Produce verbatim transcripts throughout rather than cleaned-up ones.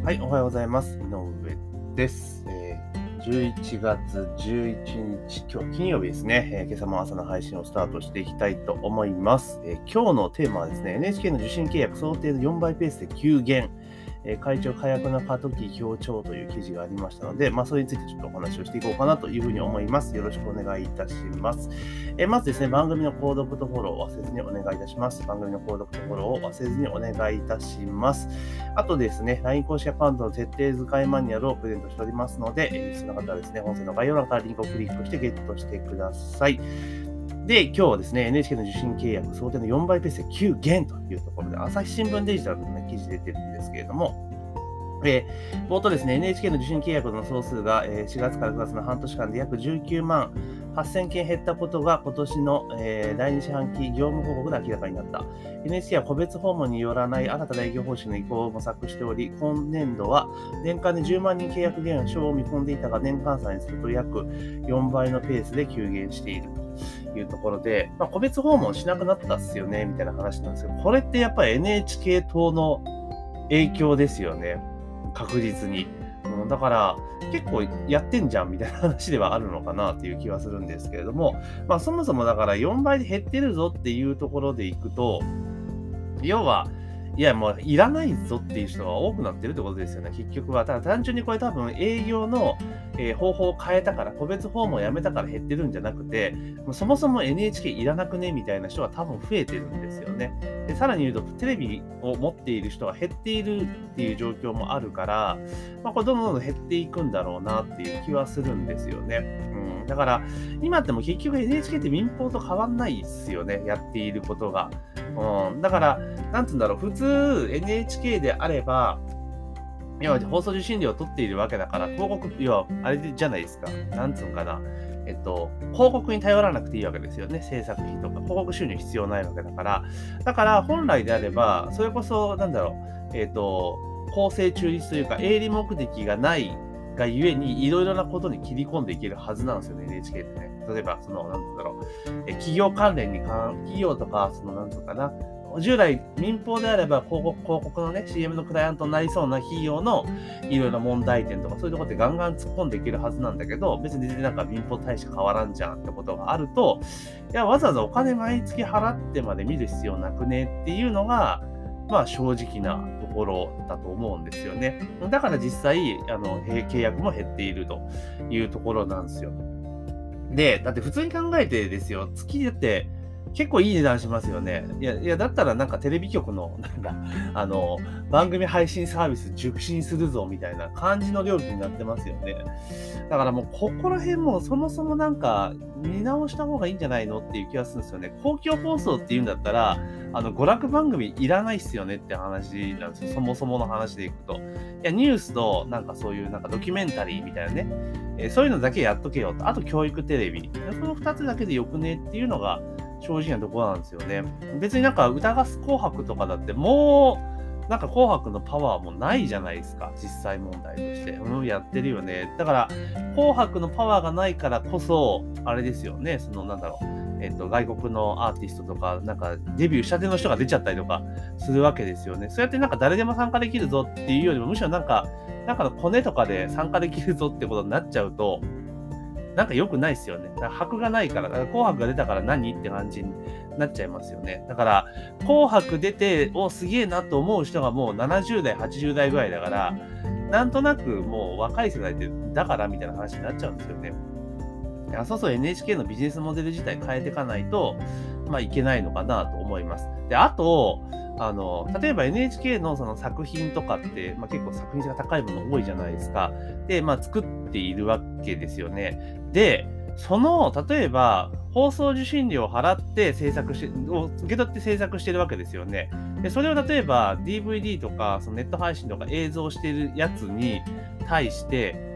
はい、おはようございます。井上です。えー、じゅういちがつじゅういちにち、今日金曜日ですね、えー。今朝も朝の配信をスタートしていきたいと思います。えー、今日のテーマはですね、エヌエイチケー の受信契約想定のよんばいペースで急減。えー、会長火薬の過渡期強調という記事がありましたので、まあ、それについてちょっとお話をしていこうかなというふうに思います。よろしくお願いいたします。えー、まずですね、番組の購読とフォローを忘れずにお願いいたします。番組の購読とフォローを忘れずにお願いいたします。あとですね、ライン 公式アカウントの徹底使いマニュアルをプレゼントしておりますので、えー、必要な方はですね、音声の概要欄からリンクをクリックしてゲットしてください。で、今日はですね、エヌエイチケー の受信契約想定のよんばいペースで急減というところで、朝日新聞デジタルの、ね、記事出てるんですけれども、えー、冒頭ですね、エヌエイチケー の受信契約の総数が、えー、しがつからくがつの半年間で約じゅうきゅうまんはっせんけん減ったことが今年の、えー、だいに四半期業務報告で明らかになった。エヌエイチケー は個別訪問によらない新たな営業方針の移行を模索しており、今年度は年間でじゅうまんにん契約減少を見込んでいたが、年間差にすると約よんばいのペースで急減しているというところで、まあ、個別訪問しなくなったっすよね、みたいな話なんですけど、これってやっぱり エヌエイチケー 等の影響ですよね。確実に。うん、だから結構やってんじゃんみたいな話ではあるのかなっていう気はするんですけれども、まあそもそもだからよんばいで減ってるぞっていうところでいくと、要はいやもういらないぞっていう人が多くなってるってことですよね、結局は。ただ単純にこれ多分営業の、えー、方法を変えたから、個別訪問をやめたから減ってるんじゃなくて、もうそもそも エヌエイチケー いらなくねみたいな人が多分増えてるんですよね。でさらに言うと、テレビを持っている人が減っているっていう状況もあるから、まあ、これどんどんどん減っていくんだろうなっていう気はするんですよね。うん、だから、今っても結局 エヌエイチケー って民放と変わんないですよね、やっていることが。うん、だから、なんつうんだろう、普通 エヌエイチケー であれば、要は放送受信料を取っているわけだから、広告、要はあれじゃないですか。なんつうんかな。えっと、広告に頼らなくていいわけですよね。制作費とか、広告収入必要ないわけだから。だから、本来であれば、それこそ、なんだろう、えっと、公正中立というか、営利目的がないがゆえに、いろいろなことに切り込んでいけるはずなんですよね、エヌエイチケー ってね。例えば、その、なんつうんだろう、え企業関連に関、企業とか、その、なんつうかな、従来民放であれば広告、広告のね、シーエム のクライアントになりそうな企業のいろいろな問題点とか、そういうところってガンガン突っ込んでいけるはずなんだけど、別に全然なんか民放大して変わらんじゃんってことがあると、いや、わざわざお金毎月払ってまで見る必要なくねっていうのが、まあ正直なところだと思うんですよね。だから実際、あの、契約も減っているというところなんですよ。で、だって普通に考えてですよ、月だって、結構いい値段しますよね。いや、いや、だったらなんかテレビ局の、なんか、あの、番組配信サービス受信するぞみたいな感じの料金になってますよね。だからもう、ここら辺もそもそもなんか、見直した方がいいんじゃないのっていう気がするんですよね。公共放送っていうんだったら、あの、娯楽番組いらないっすよねって話なんですよ。そもそもの話でいくと。いや、ニュースと、なんかそういう、なんかドキュメンタリーみたいなね、えー、そういうのだけやっとけよと。あと教育テレビ。その二つだけでよくねっていうのが、正直なところなんですよね。別になんか歌合す紅白とかだってもうなんか紅白のパワーもないじゃないですか。実際問題として。うん、やってるよね。だから紅白のパワーがないからこそ、あれですよね。そのなんだろう。えっと、外国のアーティストとか、なんかデビューしたての人が出ちゃったりとかするわけですよね。そうやってなんか誰でも参加できるぞっていうよりも、むしろなんか、なんかのコネとかで参加できるぞってことになっちゃうと、なんか良くないですよね。だから箔がないから、だから紅白が出たから何って感じになっちゃいますよね。だから、紅白出て、お、すげえなと思う人がもうななじゅうだい、はちじゅうだいぐらいだから、なんとなくもう若い世代ってだからみたいな話になっちゃうんですよね。いや、そうそう エヌエイチケー のビジネスモデル自体変えていかないと、まあいけないのかなと思います。で、あと、あの、例えば エヌエイチケー のその作品とかって、まあ結構作品性が高いもの多いじゃないですか。で、まあ作っているわけですよね。で、その、例えば、放送受信料を払って制作し、を受け取って制作してるわけですよね。で、それを例えば ディーブイディー とか、そのネット配信とか映像してるやつに対して、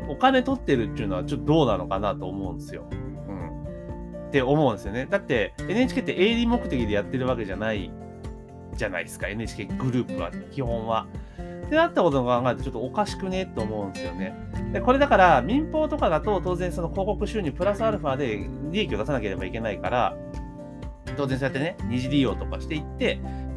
お金取ってるっていうのはちょっとどうなのかなと思うんですよ。うん。って思うんですよね。だって、エヌエイチケー って営利目的でやってるわけじゃないじゃないですか。エヌエイチケー グループは、基本は。ってなったことを考えるとちょっとおかしくねと思うんですよね。で、これだから民放とかだと当然その広告収入プラスアルファで利益を出さなければいけないから、当然そうやってね、二次利用とかしていって、広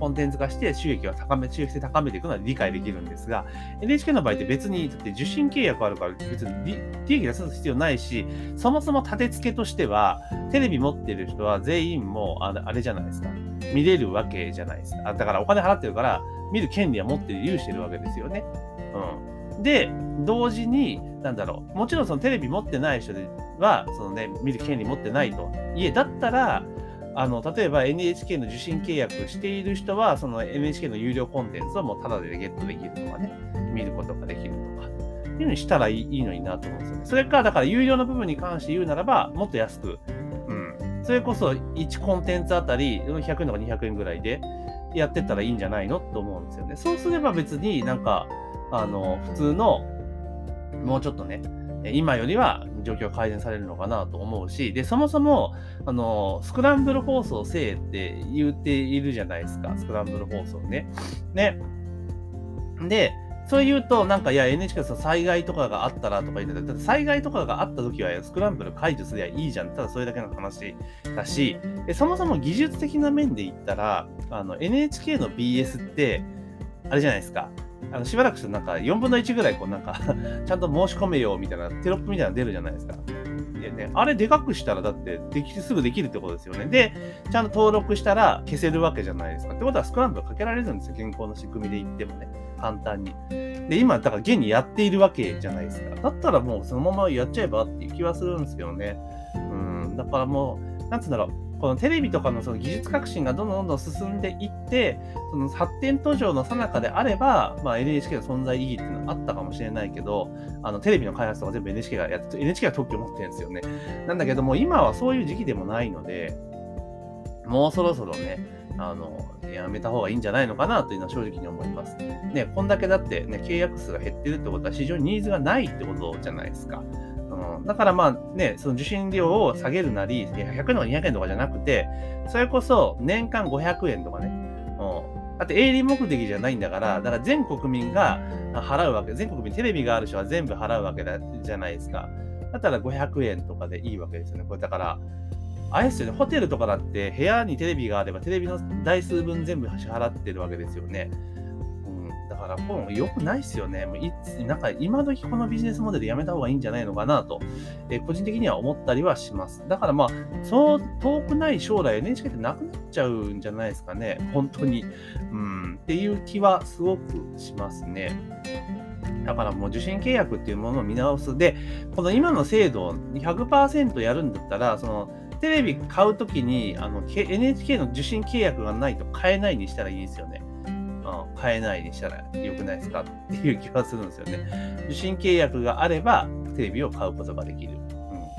コンテンツ化して収益を高め、収益性高めていくのは理解できるんですが、エヌエイチケー の場合って別に、だって受信契約あるから別に利利益出す必要ないし、そもそも立て付けとしては、テレビ持ってる人は全員もうあれ、あれじゃないですか。見れるわけじゃないですか。だからお金払ってるから、見る権利は持ってる、有してるわけですよね。うん。で、同時に、なんだろう、もちろんそのテレビ持ってない人は、そのね、見る権利持ってないと。いえ、だったら、あの、例えば エヌエイチケー の受信契約している人は、その エヌエイチケー の有料コンテンツをもうタダでゲットできるとかね、見ることができるとか、っていうのにしたらいいのになと思うんですよね。それから、だから有料の部分に関して言うならば、もっと安く、うん。それこそいちコンテンツあたりひゃくえんとかにひゃくえんぐらいでやってったらいいんじゃないのと思うんですよね。そうすれば別になんか、あの、普通の、もうちょっとね、今よりは状況改善されるのかなと思うし、で、そもそも、あの、スクランブル放送せえって言っているじゃないですか。スクランブル放送ね。ね。で、そう言うと、なんか、いや、エヌエイチケー の災害とかがあったらとか言ってた。だって災害とかがあった時は、スクランブル解除すりゃいいじゃん。ただそれだけの話だし、でそもそも技術的な面で言ったら、あの、エヌエイチケー の ビーエスって、あれじゃないですか。あのしばらくするとなんかよんぶんのいちぐらいこうなんかちゃんと申し込めよみたいなテロップみたいなの出るじゃないですか。でね、あれでかくしたらだってできすぐできるってことですよね。で、ちゃんと登録したら消せるわけじゃないですか。ってことはスクランブルかけられるんですよ。現行の仕組みで言ってもね。簡単に。で、今だから現にやっているわけじゃないですか。だったらもうそのままやっちゃえばっていう気はするんですけどね。うん。だからもう、なんつうんだろう。このテレビとかのその技術革新がどんどんどんどん進んでいって、その発展途上の最中であれば、まあ、エヌエイチケー の存在意義っていうのはあったかもしれないけど、あのテレビの開発とか全部 エヌエイチケー がやって、エヌエイチケー が特許を持ってるんですよね。なんだけども、今はそういう時期でもないので、もうそろそろね、あの、やめた方がいいんじゃないのかなというのは正直に思います。ね、こんだけだってね、契約数が減ってるってことは市場にニーズがないってことじゃないですか。うん、だからまあね、その受信料を下げるなり、ひゃくえんとかにひゃくえんとかじゃなくて、それこそ年間ごひゃくえんとかね、うん、だって営利目的じゃないんだから、だから全国民が払うわけ、全国民テレビがある人は全部払うわけだじゃないですか。だったらごひゃくえんとかでいいわけですよね。これだから、あれですよね、ホテルとかだって部屋にテレビがあればテレビの台数分全部支払ってるわけですよね。だから、こう良くないですよね。もういつ、なんか今時このビジネスモデルやめた方がいいんじゃないのかなと、えー、個人的には思ったりはします。だからまあ、そう遠くない将来 エヌエイチケー ってなくなっちゃうんじゃないですかね。本当に。うん、っていう気はすごくしますね。だからもう受信契約っていうものを見直す。で、この今の制度を ひゃくパーセント やるんだったら、その、テレビ買うときにあの エヌエイチケー の受信契約がないと買えないにしたらいいですよね。買えないにしたら良くないですかっていう気はするんですよね。受信契約があればテレビを買うことができる。うん、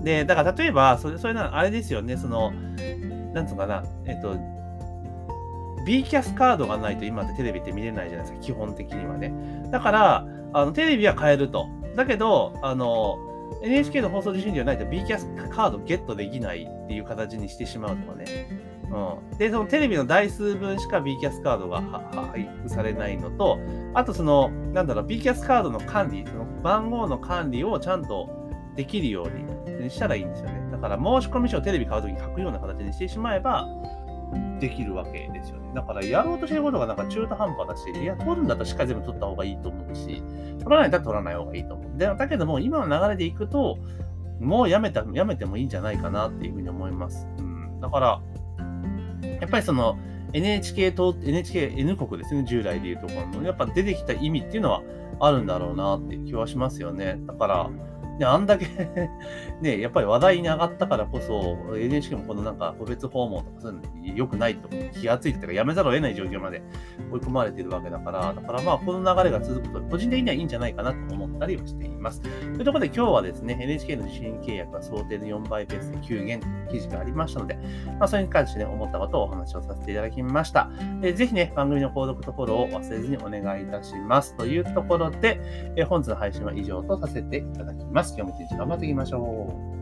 で、だから例えば、それ、それならあれですよね、その、なんつうのかな、えっと、B キャスカードがないと今ってテレビって見れないじゃないですか、基本的にはね。だから、あのテレビは買えると。だけど、あの、エヌエイチケー の放送受信料ないと B キャスカードゲットできないっていう形にしてしまうとかね。うん、で、そのテレビの台数分しか B キャスカードが配布されないのと、あとその、なんだろう、B キャスカードの管理、その番号の管理をちゃんとできるようにしたらいいんですよね。だから申し込み書をテレビ買うときに書くような形にしてしまえば、できるわけですよね。だからやろうとしてることがなんか中途半端だし、いや、取るんだったらしっかり全部取った方がいいと思うし、取らないんだったら取らない方がいいと思う。で、だけども、今の流れでいくと、もうやめた、やめてもいいんじゃないかなっていうふうに思います。うん、だから、やっぱりその エヌエイチケー と エヌエイチケーエヌ 国ですね、従来でいうところの、やっぱ出てきた意味っていうのはあるんだろうなっていう気はしますよね。だから、ね、あんだけね、やっぱり話題に上がったからこそ、エヌエイチケー もこのなんか個別訪問とかそういうの良くないと気がついてたからやめざるを得ない状況まで追い込まれているわけだから、だからまあこの流れが続くと個人的にはいいんじゃないかなと思ったりはしています。というところで今日はですね、エヌエイチケー の受信契約は想定のよんばいペースで急減という記事がありましたので、まあそれに関してね、思ったことをお話をさせていただきました。えー、ぜひね、番組の購読とフォローを忘れずにお願いいたします。というところで、えー、本日の配信は以上とさせていただきます。今日も一日頑張っていきましょう。